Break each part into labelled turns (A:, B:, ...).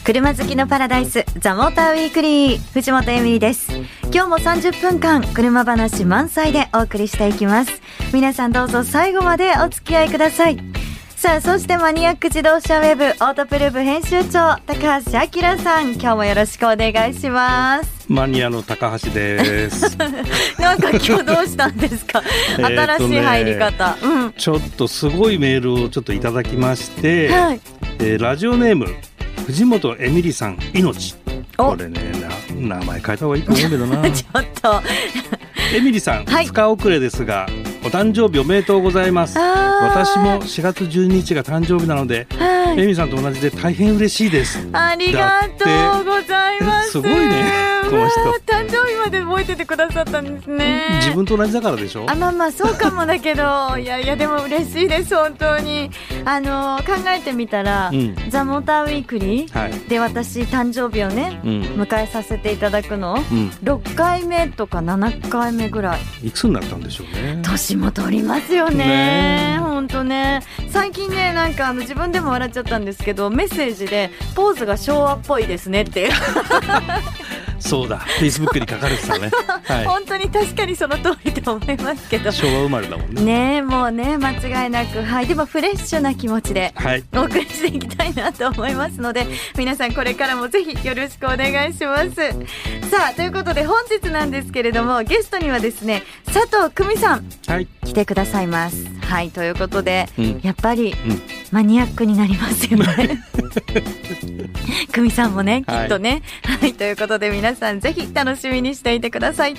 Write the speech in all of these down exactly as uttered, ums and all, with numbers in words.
A: 車好きのパラダイスザモーターウィークリー、藤本エミリです。今日もさんじゅっぷんかん車話満載でお送りしていきます。皆さんどうぞ最後までお付き合いください。さあ、そしてマニアック自動車ウェブオートプルーブ編集長高橋明さん、今日もよろしくお願いします。
B: マニアの高橋です
A: なんか今日どうしたんですか新しい入り方、
B: えーねうん、ちょっとすごいメールをちょっといただきまして、はいえー、ラジオネーム藤本エミリさん命、これねな名前変えた方がいいと思うけどな
A: ちょっと
B: エミリさん、はい、ふつか遅れですがお誕生日おめでとうございます。私もしがつじゅうににちが誕生日なので、はい、エミリさんと同じで大変嬉しいです。
A: ありがとうございます。
B: すごいねこの人。
A: 誕生日まで覚えててくださったんですね。
B: 自分と同じだからでしょ。
A: あまあまあそうかもだけどいやいやでも嬉しいです本当に。あの考えてみたら、うん、ザ・モーターウィークリー、はい、で私誕生日をね、うん、迎えさせていただくの、うん、ろっかいめとかななかいめぐらい。
B: いくつになったんでしょうね。
A: 年も取りますよね本当ね。最近ねなんかあの自分でも笑っちゃったんですけど、メッセージでポーズが昭和っぽいですねって
B: そうだ、フェイスブックに書かれてたね、はい、
A: 本当に確かにその通りと思いますけど、
B: 昭和生まれだもんね。
A: ねえもうね間違いなく、はい、でもフレッシュな気持ちでお送りしていきたいなと思いますので、はい、皆さんこれからもぜひよろしくお願いします。さあということで本日なんですけれども、ゲストにはですね佐藤久美さん、はい、来てくださいます。はいということで、うん、やっぱり、うん、マニアックになりますよね久美さんもねきっとね、はい、はい、ということで皆さんぜひ楽しみにしていてください。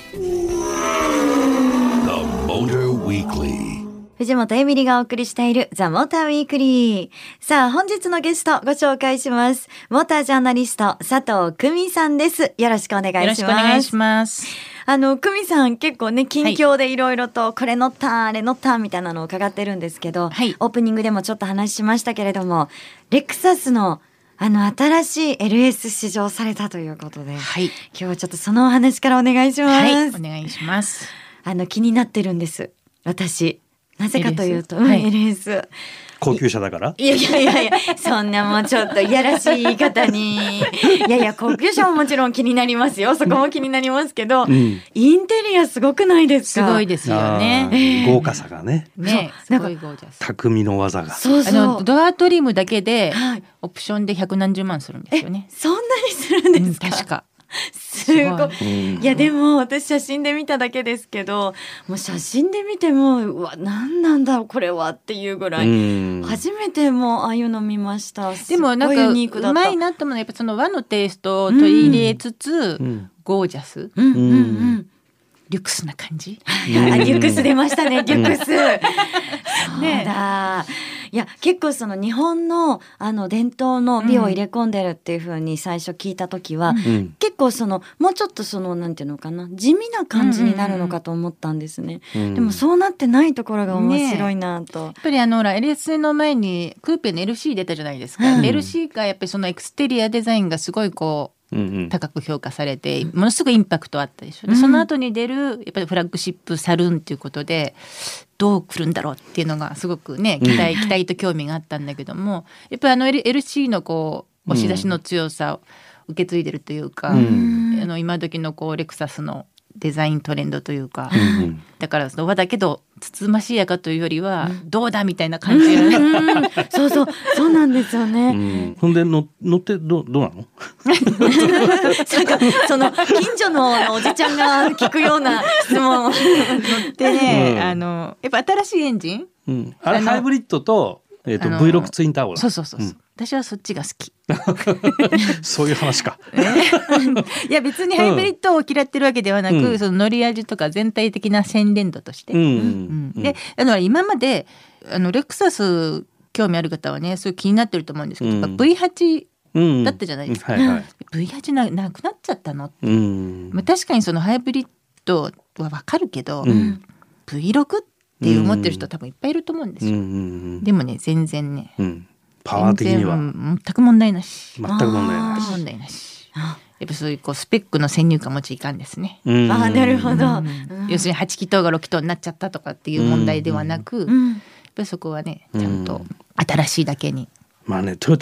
A: 藤本エミリがお送りしているザ・モーターウィークリー。さあ本日のゲストご紹介します。モータージャーナリスト佐藤久美さんです。よろしくお願いします。
C: よろしくお願いします。
A: あの久美さん結構ね近況でいろいろとこれ乗ったあれ乗ったみたいなのを伺ってるんですけど、はい、オープニングでもちょっと話しましたけれども、レクサスのあの新しい エルエス 試乗されたということで、はい、今日はちょっとそのお話からお願いします。
C: はい、お願いします。
A: あの気になってるんです私。なぜかというと エルエス、はい、エルエス
B: 高級車だから。
A: いやいやいやいやそんなもうちょっといやらしい言い方にいやいや高級車ももちろん気になりますよ、そこも気になりますけど、うん、インテリアすごくないですか。
C: すごいですよね、え
B: ー、豪華さがね
C: ねすごいゴージャス。
B: 匠の技が。
A: そうそう、
C: あのドアトリムだけでオプションで百何十万するんですよね。
A: そんなにするんですか、
C: うん、確か
A: すごい。いやでも私写真で見ただけですけど、もう写真で見てもうわ何なんだろうこれはっていうぐらい、初めてもうああいうの見ました。
C: でもなんかうまいなと思うのはやっぱその和のテイストを取り入れつつ、うん、ゴージャス、うんうんうん、リュクスな感じ。
A: リュクス出ましたねリュクスそうだ、いや結構その日本のあの伝統の美を入れ込んでるっていう風に最初聞いた時は、うん、結構そのもうちょっとそのなんていうのかな地味な感じになるのかと思ったんですね、うんうんうん、でもそうなってないところが面白いなと、ね、
C: やっぱりあの エルエス の前にクーペの エルシー 出たじゃないですか、うん、エルシー がやっぱりそのエクステリアデザインがすごいこううんうん、高く評価されてものすごいインパクトあったでしょ、うん、でその後に出るやっぱりフラッグシップサルーンということでどう来るんだろうっていうのがすごくね期待、うん、期待と興味があったんだけども、やっぱりあの エルシー のこう押し出しの強さを受け継いでるというか、うん、あの今時のこうレクサスのデザイントレンドというか、うん、だから和だけどつつましやかというよりはどうだみたいな感じ、うん、
A: そうそうそうなんですよね、うん、
B: ほんでの乗ってど, どうなの
A: なんかその近所 の, のおじちゃんが聞くような質問乗
C: ってね、うん、あのやっぱ新しいエンジン、
B: うん、あれハイブリッドと、えー、と ブイシックス ツインターボだ。
C: そうそうそうそう、うん私はそっちが好き
B: そういう話か、
C: えー、いや別にハイブリッドを嫌ってるわけではなく、うん、その乗り味とか全体的な洗練度として、うんうんうん、であの今まであのレクサス興味ある方はねすごい気になってると思うんですけど、うん、ブイエイト だったじゃないですか、うんはいはい、ブイエイト な, なくなっちゃったのって、うんまあ、確かにそのハイブリッドは分かるけど、うん、ブイシックス って思ってる人多分いっぱいいると思うんですよ、うんうんうん、でもね全然ね、うん
B: パワー的には
C: 全く問題なし
B: 全く問題なし
C: 問題なしやっぱそういうこうスペックの先入観持ちいかんですね。
A: うんあなるほど、うん、
C: 要するにはち気筒がろく気筒になっちゃったとかっていう問題ではなく、うん、やっぱりそこはねちゃんと新しいだけに、
B: まあねトヨタの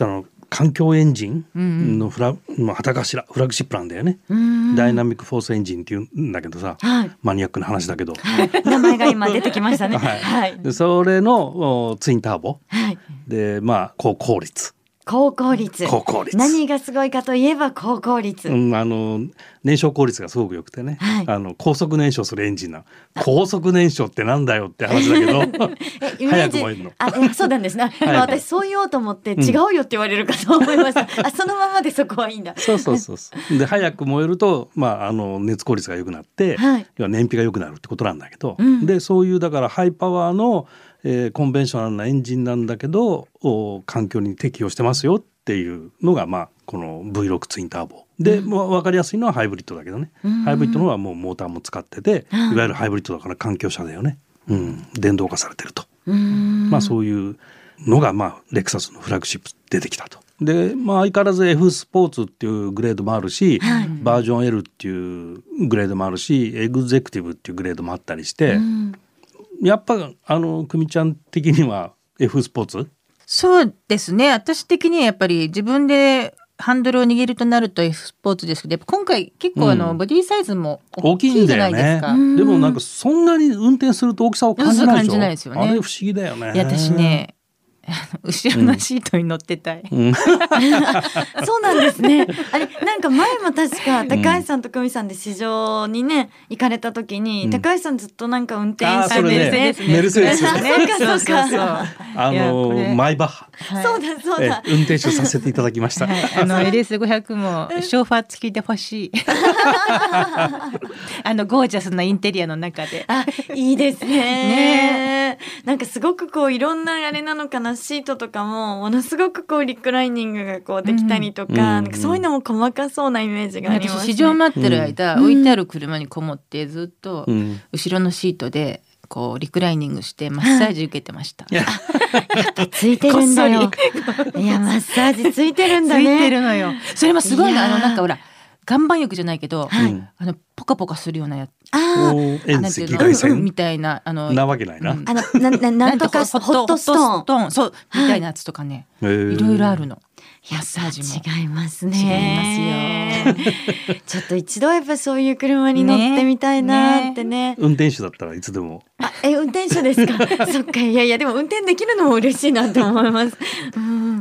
B: 環境エンジンのフラ、うん、旗頭フラッグシップなんだよね。ダイナミックフォースエンジンっていうんだけどさ、はい、マニアックな話だけど、
A: はい、名前が今出てきましたね。はい
B: はい、でそれのツインターボ、はい、でまあ高効率
A: 高効率
B: 高効率
A: 何がすごいかといえば高効率、
B: うん、あの燃焼効率がすごく良くてね、はい、あの高速燃焼するエンジンな高速燃焼ってなんだよって話だけど早く燃えるの。
A: あそうなんですね。私そう言おうと思って違うよって言われるかと思いました、うん、あそのままでそこはいいんだ。
B: そうそうそうそうで早く燃えると、まあ、あの熱効率が良くなって、はい、要は燃費が良くなるってことなんだけど、うん、でそういうだからハイパワーのえー、コンベンショナルなエンジンなんだけど環境に適応してますよっていうのが、まあ、この ブイろく ツインターボで、うん、分かりやすいのはハイブリッドだけどね、うん、ハイブリッドの方はもうモーターも使ってて、うん、いわゆるハイブリッドだから環境車だよね、うん、電動化されてると、うん、まあ、そういうのが、まあ、レクサスのフラッグシップ出てきたと。で、まあ、相変わらず F スポーツっていうグレードもあるし、はい、バージョン L っていうグレードもあるしエグゼクティブっていうグレードもあったりして、うん、やっぱあの久美ちゃん的には F スポーツ？
C: そうですね。私的にはやっぱり自分でハンドルを握るとなると F スポーツですけど、今回結構あの、うん、ボディサイズも大きいじゃないですか。大きいんだよね。
B: でもなんかそんなに運転すると大きさを感じないでしょ。感じないですよね。あれ不思議だよね。
C: いや私ね後ろのシートに乗ってたい、うん、
A: そうなんですね。あれなんか前も確か高橋さんと久美さんで試乗にね行かれた時に、うん、高橋さんずっとなんか運転して
B: メルセデスね。
A: そうそうそう
B: あのマイバッハ、
A: はい、そうだそうだ
B: 運転手させていただきました、
C: はい、あの エルエスごひゃく もショーファー付きで欲しいあのゴージャスなインテリアの中で。
A: あいいです ね, ねなんかすごくこういろんなあれなのかな、シートとかもものすごくこうリクライニングがこうできたりとか、うん、なんかそういうのも細かそうなイメージがありますね。
C: 私試乗待ってる間、うん、置いてある車にこもってずっと後ろのシートでこうリクライニングしてマッサージ受けてました、
A: やっぱついてるんだよ。いやマッサージついてるんだね。
C: ついてるのよ。それもすごいの。あのなんかほら岩盤浴じゃないけど、はい、あのポカポカするようなやつ、
A: あ
B: 遠赤外線
C: みたいなあの
B: なわけないな、うん、
A: あのなななんとかホットストーン
C: そうみたいなやつとかね、はい、いろいろあるの。マッサージも
A: 違いますね。違いますよちょっと一度やっぱそういう車に乗ってみたいなって ね, ね
B: 運転手だったらいつでも。
A: あえ運転手ですかそっか。いやいやでも運転できるのも嬉しいなと思います、うん、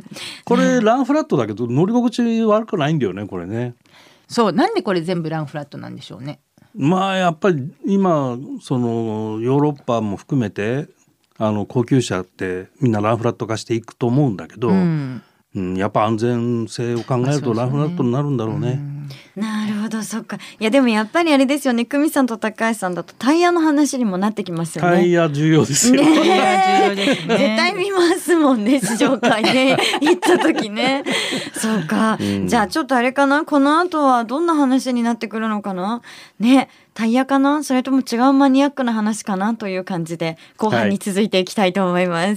B: これランフラットだけど乗り心地悪くないんだよねこれね。
C: そうなんでこれ全部ランフラットなんでしょうね。
B: まあやっぱり今そのヨーロッパも含めてあの高級車ってみんなランフラット化していくと思うんだけど、うんうん、やっぱ安全性を考えるとランフラットになるんだろうね。
A: うん、なるほどそっか。いやでもやっぱりあれですよね、久美さんと高橋さんだとタイヤの話にもなってきますよね。
B: タイヤ重要ですよね。
A: ね絶対見ますもんね試乗会ね行った時ねそうか、うん、じゃあちょっとあれかな、この後はどんな話になってくるのかなね。タイヤかな、それとも違うマニアックな話かなという感じで後半に続いていきたいと思います、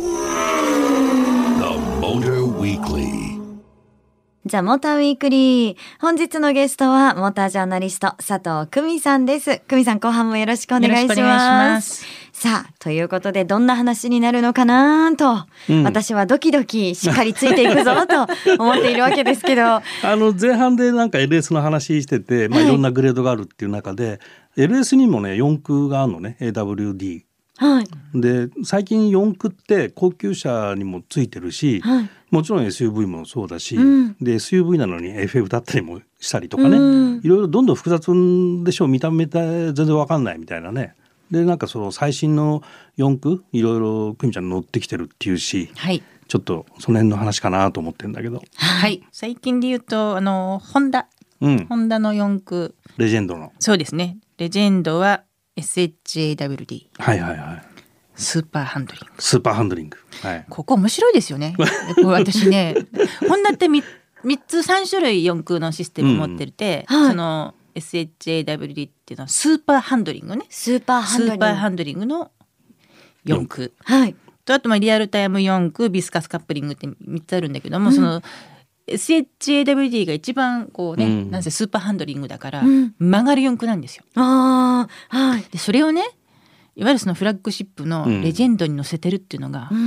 A: はいザ・モーターウィークリー。本日のゲストはモータージャーナリスト佐藤久美さんです。久美さん後半もよろしくお願いします。よろしくお願いします。さあということでどんな話になるのかなと、うん、私はドキドキしっかりついていくぞと思っているわけですけど
B: あの前半でなんか エルエス の話してて、まあ、いろんなグレードがあるっていう中で、はい、エルエス にもねよん駆があるのね エーダブリューディー。はい、で最近よん駆って高級車にもついてるし、はい、もちろん エスユーブイ もそうだし、うん、で エスユーブイ なのに エフエフ だったりもしたりとかね、うん、いろいろどんどん複雑でしょう。見た目全然わかんないみたいなね。でなんかその最新のよん駆いろいろ久美ちゃん乗ってきてるっていうし、はい、ちょっとその辺の話かなと思ってるんだけど、
C: はい、最近で言うとあのホンダ、うん、ホンダのよん駆
B: レジェンドのそうです
C: ね。レジェンドはエスエイチエーダブリューディー、
B: はいはいはい、
C: スーパーハンドリング
B: スーパーハンドリング、はい、
C: ここ面白いですよね私ねホンダって 3, 3つさん種類よん駆のシステム持ってて、うん、その エスエイチエーダブリューディー っていうのはスーパーハンドリングね。
A: スーパーハンドリング、
C: スーパーハンドリングのよん駆、
A: はい、
C: とあとまあリアルタイムよん駆ビスカスカップリングってみっつあるんだけども、うん、そのエスエイチエーダブリューディー が一番こうね、うん、なんせスーパーハンドリングだから、うん、曲がるよん駆なんですよ。
A: あ、はい、
C: でそれをねいわゆるそのフラッグシップのレジェンドに乗せてるっていうのが、うん、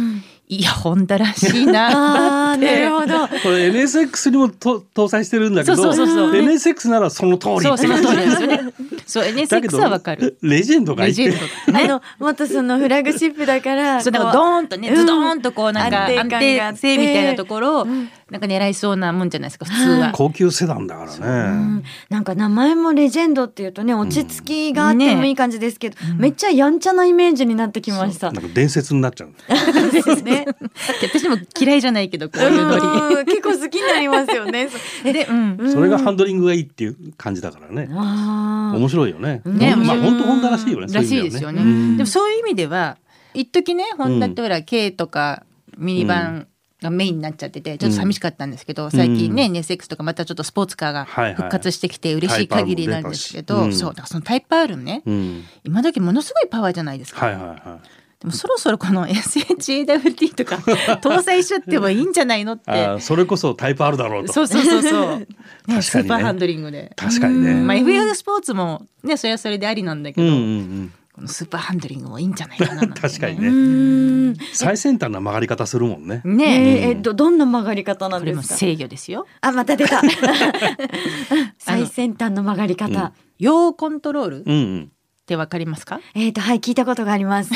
C: いやホンダらしいなって。
A: なるほど。
B: これ エヌエスエックス にもと搭載してるんだけど、
C: そうそうそうそう
B: エヌエスエックス ならその通りって
C: そうその通りですよね。そう エヌエスエックス はわかる。
B: レジェンドがいて、
C: レジェンド、ね、
A: あのもっとそのフラッグシップだから
C: そうだからドーンとね、ズドーンとこうなんか安
A: 安定感があって
C: 定性みたいなところをなんか狙いそうなもんじゃないですか普通は。
B: 高級セダンだからね、
A: うん、なんか名前もレジェンドっていうとね落ち着きがあってもいい感じですけど、うんね、めっちゃやんちゃなイメージになってきました。
B: なんか伝説になっちゃう
A: ですね。
C: 私も嫌いじゃないけどこういうノリ
A: 結構好きになりますよね。
C: で、うん、
B: それがハンドリングがいいっていう感じだからね。面白いよね。
C: ね、
B: まあ本当ホンダらしいよね。
C: らしいですよね。でもそういう意味では一時ねホンダってほら K とかミニバンがメインになっちゃっててちょっと寂しかったんですけど、うん、最近ね エヌエスエックス とかまたちょっとスポーツカーが復活してきて嬉しい限りなんですけど、はいはい、そうだからそのタイプ R ね、うん、今時ものすごいパワーじゃないですか、
B: はいはいはい、
C: でもそろそろこの エスエイチエーダブリューティー とか搭載しちゃってもいいんじゃないのって
B: あそれこそタイプ R だろうと。
C: そうそうそうそう、ね、
B: ね、
C: スーパーハンドリングで
B: 確かにね、
C: まあ、エフアイエー スポーツもねそれはそれでありなんだけど、うんうんうん、このスーパーハンドリングもいいんじゃないかななんて、ね、
B: 確かにね、うん最先端な曲がり方するもんね。
A: ねえ、うん、え ど, どんな曲がり方なんですか。
C: これも制御ですよ。
A: あまた出た最先端の曲がり方、うん、
C: 陽コントロール、
B: うんうん
C: ってわかりますか。
A: えーとはい聞いたことがあります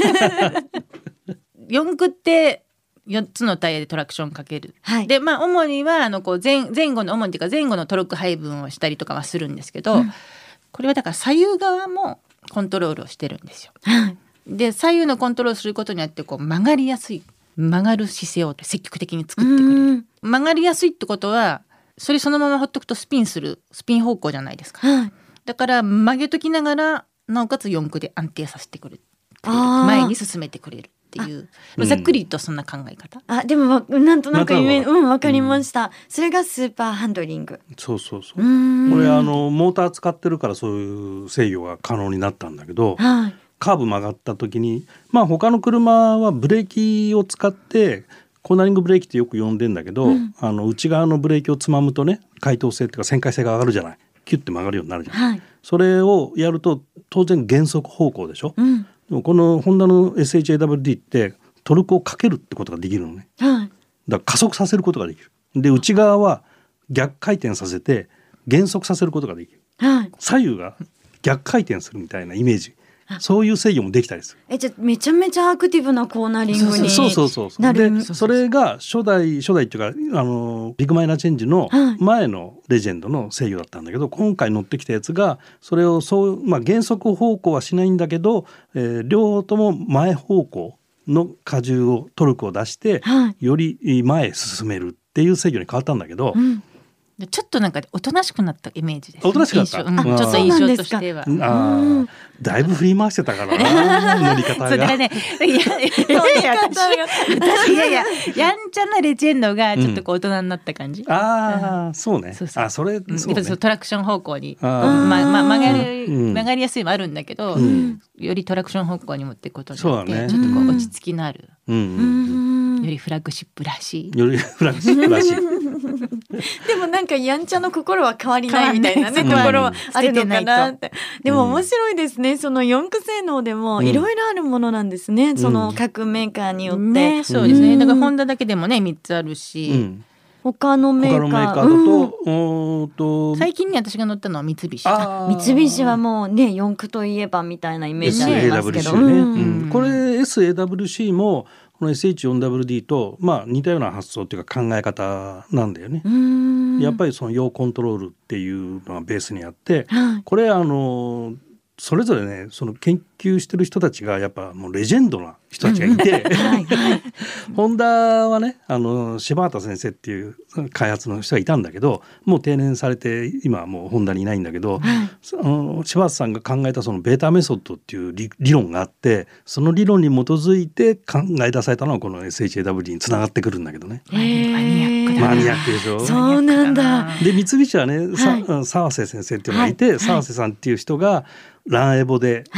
C: 四駆ってよっつのタイヤでトラクションかける、はい、でまあ主にはあのこう 前, 前後の主にというか前後のトルク配分をしたりとかはするんですけど、うん、これはだから左右側もコントロールをしてるんですよ、はい、で左右のコントロールすることによってこう曲がりやすい曲がる姿勢を積極的に作ってくれる。曲がりやすいってことはそれそのままほっとくとスピンするスピン方向じゃないですか、はい、だから曲げときながらなおかつ四駆で安定させてくれる前に進めてくれるっていうざっくりとそんな考え方、
A: うん、あでもなんとなく夢、うん、分かりました、うん、それがスーパーハンドリング。
B: そうそうそう、うこれあのモーター使ってるからそういう制御が可能になったんだけど、はい、カーブ曲がった時にまあ他の車はブレーキを使ってコーナリングブレーキってよく呼んでんだけど、うん、あの内側のブレーキをつまむとね回答性っていうか旋回性が上がるじゃない。キュッて曲がるようになるじゃない、はい、それをやると当然減速方向でしょ、うん、でもこのホンダの エスエイチエーダブリューディー ってトルクをかけるってことができるのね、はい、だから加速させることができる。で内側は逆回転させて減速させることができる、はい、左右が逆回転するみたいなイメージ、そういう制御もできたりする。
A: えじゃあめちゃめちゃアクティブなコーナリングになる。
B: そうそうそうそうでそれが初代初代っていうかあのビッグマイナーチェンジの前のレジェンドの制御だったんだけど、今回乗ってきたやつがそれをそう、まあ、減速方向はしないんだけど、えー、両方とも前方向の荷重をトルクを出して、はい、より前へ進めるっていう制御に変わったんだけど、うん、
C: ちょっとなんかおとなしくなったイメージです、
B: ね、おとなしくなった、
C: うん、ちょっと印象としては
B: あだいぶ振り回してたからな乗り方が。
C: そうだね、いやいやいや私いやいややんちゃなレジェンドがちょっとこう大人になった感じ、
B: うん、ああそうね。
C: そうそう
B: あそれそう、ね、
C: トラクション方向にまま曲がる、うん、曲がりやすいもあるんだけど、うん、よりトラクション方向に持っていくことによって、ね、ちょっとこう落ち着きのある、うんうん、よりフラッグシップらしい
B: よりフラッグシップらしい
A: でもなんかやんちゃの心は変わりないみたいなねところはあるのかなって。でも面白いですね、その四駆性能でもいろいろあるものなんですね、うん、その各メーカーによって、ね、
C: そうですね。だからホンダだけでもねみっつあるし、うん、
A: 他のメーカー、
B: 他のメーカーだと、うん、と
C: 最近に私が乗ったのは三菱。
A: 三菱はもうね四駆といえばみたいなイメージありますけど、
B: エスエーダブリューシー ね、うんうん、これ エスエーダブリューシー もこの エスエイチフォーダブリューディー と、まあ、似たような発想というか考え方なんだよね。やっぱりその要コントロールっていうのがベースにあって、はい、これあのそれぞれねその研究してる人たちがやっぱもうレジェンドな人たちがいて、はいはい、ホンダはねあの柴畑先生っていう開発の人がいたんだけどもう定年されて今はもうホンダにいないんだけど、はい、あの柴畑さんが考えたそのベータメソッドっていう 理, 理論があってその理論に基づいて考え出されたのがこの エスエイチエーダブリュー につながってくるんだけどね。
C: マニアックだ
B: マニアックでしょ。
A: そうなんだ。
B: で三菱はね、はい、澤瀬先生っていうのがいて、はい、澤瀬さんっていう人がランエボで、はい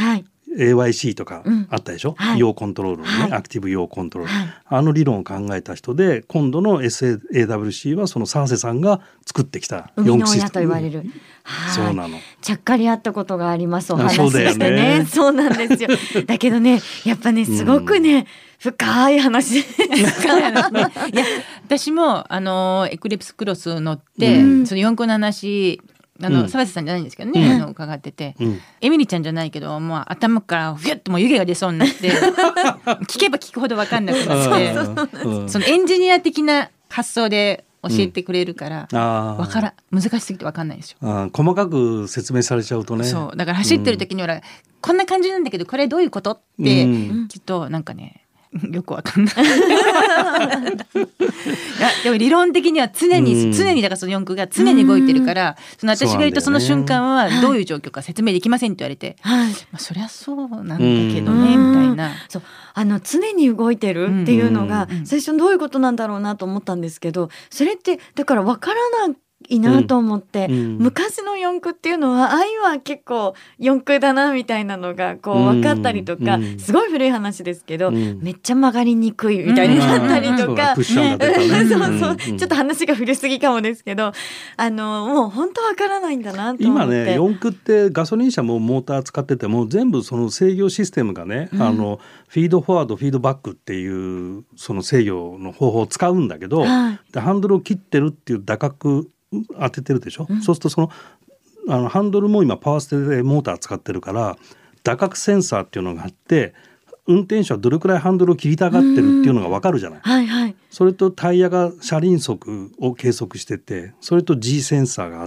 B: エーワイシー とかあったでしょ、うんはい、陽コントロールのね、はい、アクティブ陽コントロール、はい、あの理論を考えた人で、今度の エスエーダブリューシー はそのサーセさんが作ってきた
A: 生みの親と言われる、
B: はい、そうなの。
A: ちゃっかり会ったことがあります、お話ししてね。そう、そうなんですよ。だけどね、やっぱねすごくね、うん深い話ですか
C: いや私もあのエクリプスクロス乗って、うん、その四駆の話あの、うん、沢瀬さんじゃないんですけどね、うん、あの伺ってて、うん、エミリちゃんじゃないけどもう頭からフィュッともう湯気が出そうになって聞けば聞くほど分かんなくなってそのエンジニア的な発想で教えてくれるから、うん、わから難しすぎて分かんないですよ。
B: あ細かく説明されちゃうとね。
C: そうだから走ってる時には、うん、こんな感じなんだけどこれどういうことってきっとなんかねよくわかんないいやでも理論的には常に、うん、常にだからその四駆が常に動いてるから、その私が言ったその瞬間はどういう状況か説明できませんって言われて、はい、まあ、そりゃそうなんだけどね、うん、みたいな。
A: そうあの常に動いてるっていうのが最初どういうことなんだろうなと思ったんですけど、それってだからわからないいいなと思って、うん、昔の四駆っていうのはあ今は結構四駆だなみたいなのがこう分かったりとか、うん、すごい古い話ですけど、うん、めっちゃ曲がりにくいみたいになったりとか、そうそうちょっと話が古すぎかもですけど、あのもう本当分からないんだなと思って。
B: 今ね四駆ってガソリン車もモーター使ってても全部その制御システムがね、うん、あのフィードフォワードフィードバックっていうその制御の方法を使うんだけど、はい、でハンドルを切ってるっていう打角当ててるでしょ、うん、そうするとそのあのハンドルも今パワーステでモーター使ってるから打角センサーっていうのがあって、運転手はどれくらいハンドルを切りたがってるっていうのが分かるじゃない、
A: はいはい、
B: それとタイヤが車輪速を計測してて、それと G センサーがあって、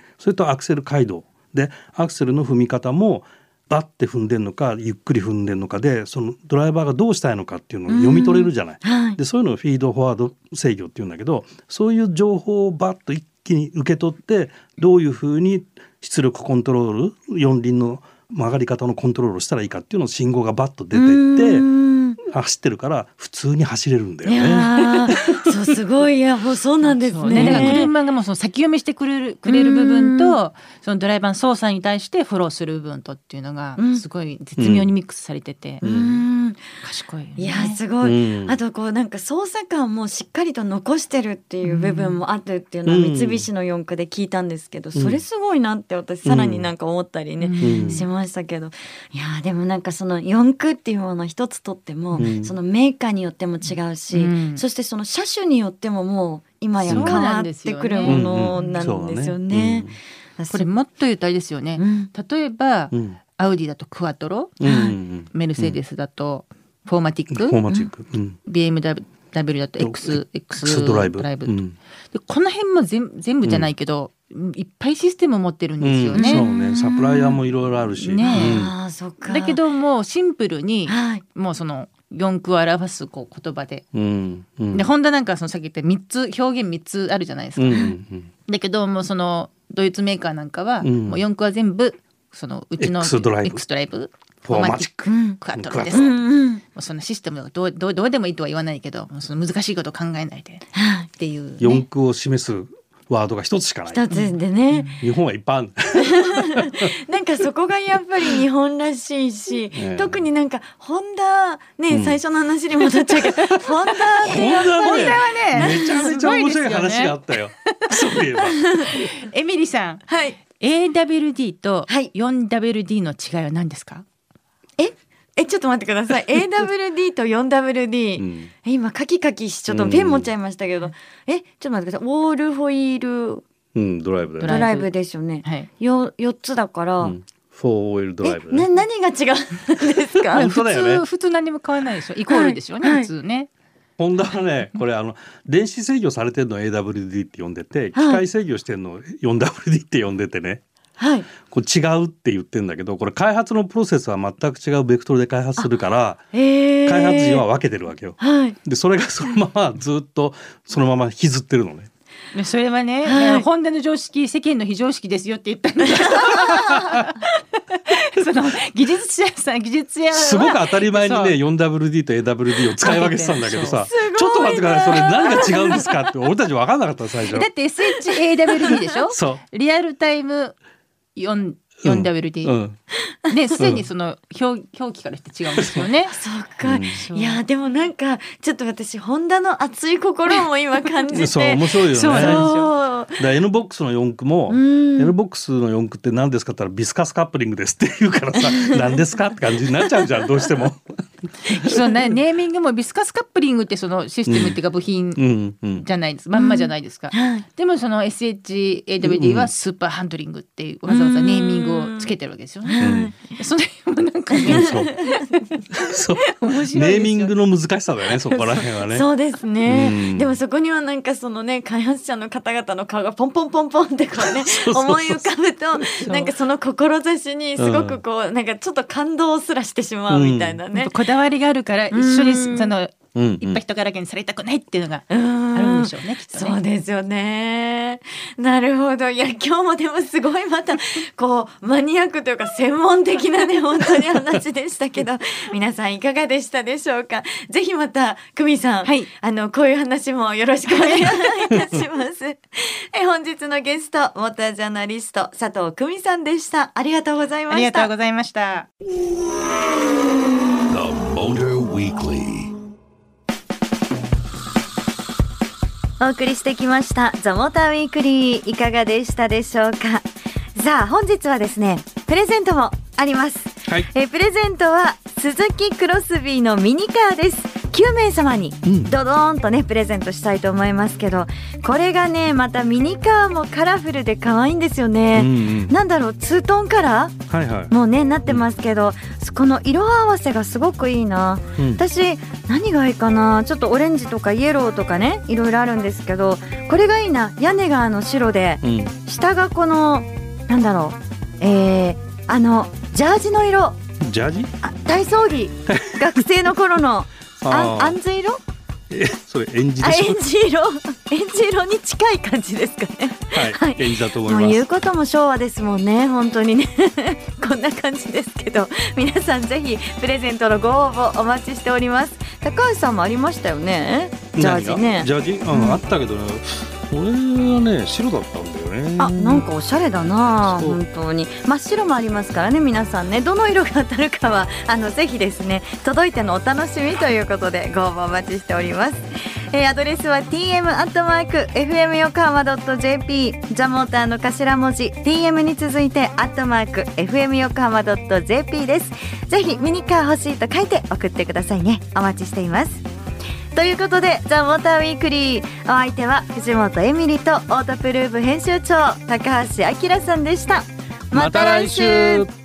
B: それとアクセル回動でアクセルの踏み方もバッて踏んでんのかゆっくり踏んでんのかで、そのドライバーがどうしたいのかっていうのを読み取れるじゃない、はい、でそういうのをフィードフォワード制御っていうんだけど、そういう情報をバッと一気に受け取ってどういうふうに出力コントロール四輪の曲がり方のコントロールをしたらいいかっていうのを信号がバッと出てって走ってるから普通に走れるんだよね。い
A: やそうすごい、いやもうそうなんですね。
C: だから車がもうその先読みしてくれる、くれる部分とそのドライバーの操作に対してフォローする部分とっていうのがすごい絶妙にミックスされてて、うんうん、賢いよね。
A: いやすごい、うん、あとこうなんか操作感もしっかりと残してるっていう部分もあるっていうのは三菱の四駆で聞いたんですけど、それすごいなって私さらになんか思ったりね、うん、しましたけど、いやでもなんかその四駆っていうもの一つとっても、うん、そのメーカーによっても違うし、うん、そしてその車種によってももう今や変わってくるものなんですよね。
C: これもっと言うとあれですよね、うん、例えば、うん、アウディだとクワトロ、うん、メルセデスだとフォーマティック、
B: フォーマティック、うん、
C: ビーエムダブリュー だと X, X ドライブ、うん、でこの辺も 全, 全部じゃないけど、うん、いっぱいシステムを持ってるんですよね、
B: うん、そうね、サプライヤーもいろいろあるし、ね、
A: うん、あそっか。
C: だけどもうシンプルに、はい、もうその四駆を表すこう言葉で、うんうん、でホンダなんかそのさっき言ったみっつ表現みっつあるじゃないですか、うんうん、だけどもうそのドイツメーカーなんかは、うん、もう四駆は全部そのうちの X ドライブ、X ドライブフォーマティック、うん、クワトロです、うんうん、もうそのシステムがどう、どう、どうでもいいとは言わないけど、その難しいことを考えないでっていう、ね、
B: 四駆を示すワードが一つしかない。
A: 一つでね、
B: うん、日本はいっぱいある
A: なんかそこがやっぱり日本らしいし、ね、特になんかホンダね、うん、最初の話に戻っちゃうけどホンダってやっぱりホンダは
B: ねめちゃめちゃ面白い話があったよ、そういえば
C: エミリさん、はい、エーダブリューディー と フォーダブリューディー の違いは何ですか？
A: ええちょっと待ってくださいエーダブリューディー と フォーダブリューディー、うん、今カキカキしちょっとペン持っちゃいましたけど、うん、えちょっと待ってください。ウォールホイール、
B: うん、ドライブだよね、
A: ドライブですよね、はい、よよっつだから、うん、
B: フォーオイルドライブ、ね、
A: な何が違うんですか？
C: 普通普通何も変わらないでしょ、イコールでしょうね、はい、普通ね。
B: ホンダはねこれあの電子制御されてるのを エーダブリューディー って呼んでて、機械制御してるのを フォーダブリューディー って呼んでてね、はい、これ違うって言ってるんだけど、これ開発のプロセスは全く違うベクトルで開発するから、えー、開発時は分けてるわけよ、はい、でそれがそのままずっとそのまま引きずってるのね。
C: それはね、はい、ホンダの常識世間の非常識ですよって言ったんだけどその技術者さん技術屋は
B: すごく当たり前にね フォーダブリューディー と エーダブリューディー を使い分けてたんだけどさ、ちょっと待ってください、それ何が違うんですかって俺たち分かんなかった最初。
C: だって エスエイチエーダブリューディー でしょそうリアルタイムよんよんダブリューディー、うんうん、ね、すでにその表、表記からして違うんですよね。
A: そうか、うん、いやでもなんかちょっと私ホンダの熱い心も今感じて
B: そう面白いよね。そうなんですよ。だ N ボックスの四駆も N ボックスの四駆って何ですかって言ったらビスカスカップリングですって言うからさ何ですかって感じになっちゃうじゃんどうしても
C: そうね、ネーミングもビスカスカップリングってそのシステムっていうか部品じゃないです、うんうんうん、まんまじゃないですか、うん、でもその エスエイチエーダブリューディー はスーパーハンドリングっていうわざわざネーミングをつけてるわけですよね、うん、それもなんか、ね、そう
B: そうネーミングの難しさだよねそこら辺はね。
A: そうですね、うん、でもそこにはなんかそのね開発者の方々の顔がポンポンポンポンってこうね思い浮かぶとなんかその志にすごくこう、うん、なんかちょっと感動すらしてしまうみたいなね、
C: うん、こだわりがあるから一緒にその、うんうん、いっぱい人からけにされたくないっていうのがあるんでしょうね、きっとね。
A: そうですよね。なるほど。いや今日もでもすごいまたこうマニアックというか専門的なね本当に話でしたけど皆さんいかがでしたでしょうか。ぜひまた久美さん、はい、あのこういう話もよろしくお願いいたしますえ本日のゲストモータージャーナリスト佐藤久美さんでした。ありがとうございました。
C: ありがとうございました。
A: お送りしてきましたザ・モーターウィークリー、いかがでしたでしょうか。さあ本日はですねプレゼントもあります、はい、えプレゼントはスズキクロスビーのミニカーです。きゅうめい様にドドーンとねプレゼントしたいと思いますけど、これがねまたミニカーもカラフルで可愛いんですよね、うんうん、なんだろうツートンカラー、はいはい、もうねなってますけど、うん、この色合わせがすごくいいな、うん、私何がいいかな、ちょっとオレンジとかイエローとかねいろいろあるんですけど、これがいいな。屋根があの白で、うん、下がこのなんだろう、えー、あのジャージの色、
B: ジャージ、
A: あ体操着学生の頃のああんず色、
B: えそれエンジでしょ。
A: エンジ色エンジ色に近い感じですかね。
B: はい、はい、エンジだと思います。
A: もう言うことも昭和ですもんね本当にねこんな感じですけど、皆さんぜひプレゼントのご応募お待ちしております。高橋さんもありましたよねジャージね。
B: ジャージ、うんうん、あったけど、ね、俺はね白だったんだよね。
A: あ、なんかおしゃれだな本当に。真っ白もありますからね皆さんね、どの色が当たるかはあのぜひですね届いてのお楽しみということでご応募お待ちしております。えー、アドレスは ティーエム アットマーク エフエム 横浜 ドット ジェーピー ザモーターの頭文字 ティーエム に続いてアットマーク エフエム 横浜 ドット ジェーピー です。ぜひミニカー欲しいと書いて送ってくださいね。お待ちしています。ということでザ・モーターウィークリー、お相手は藤本エミリとオートプルーブ編集長高橋明さんでした。また来週。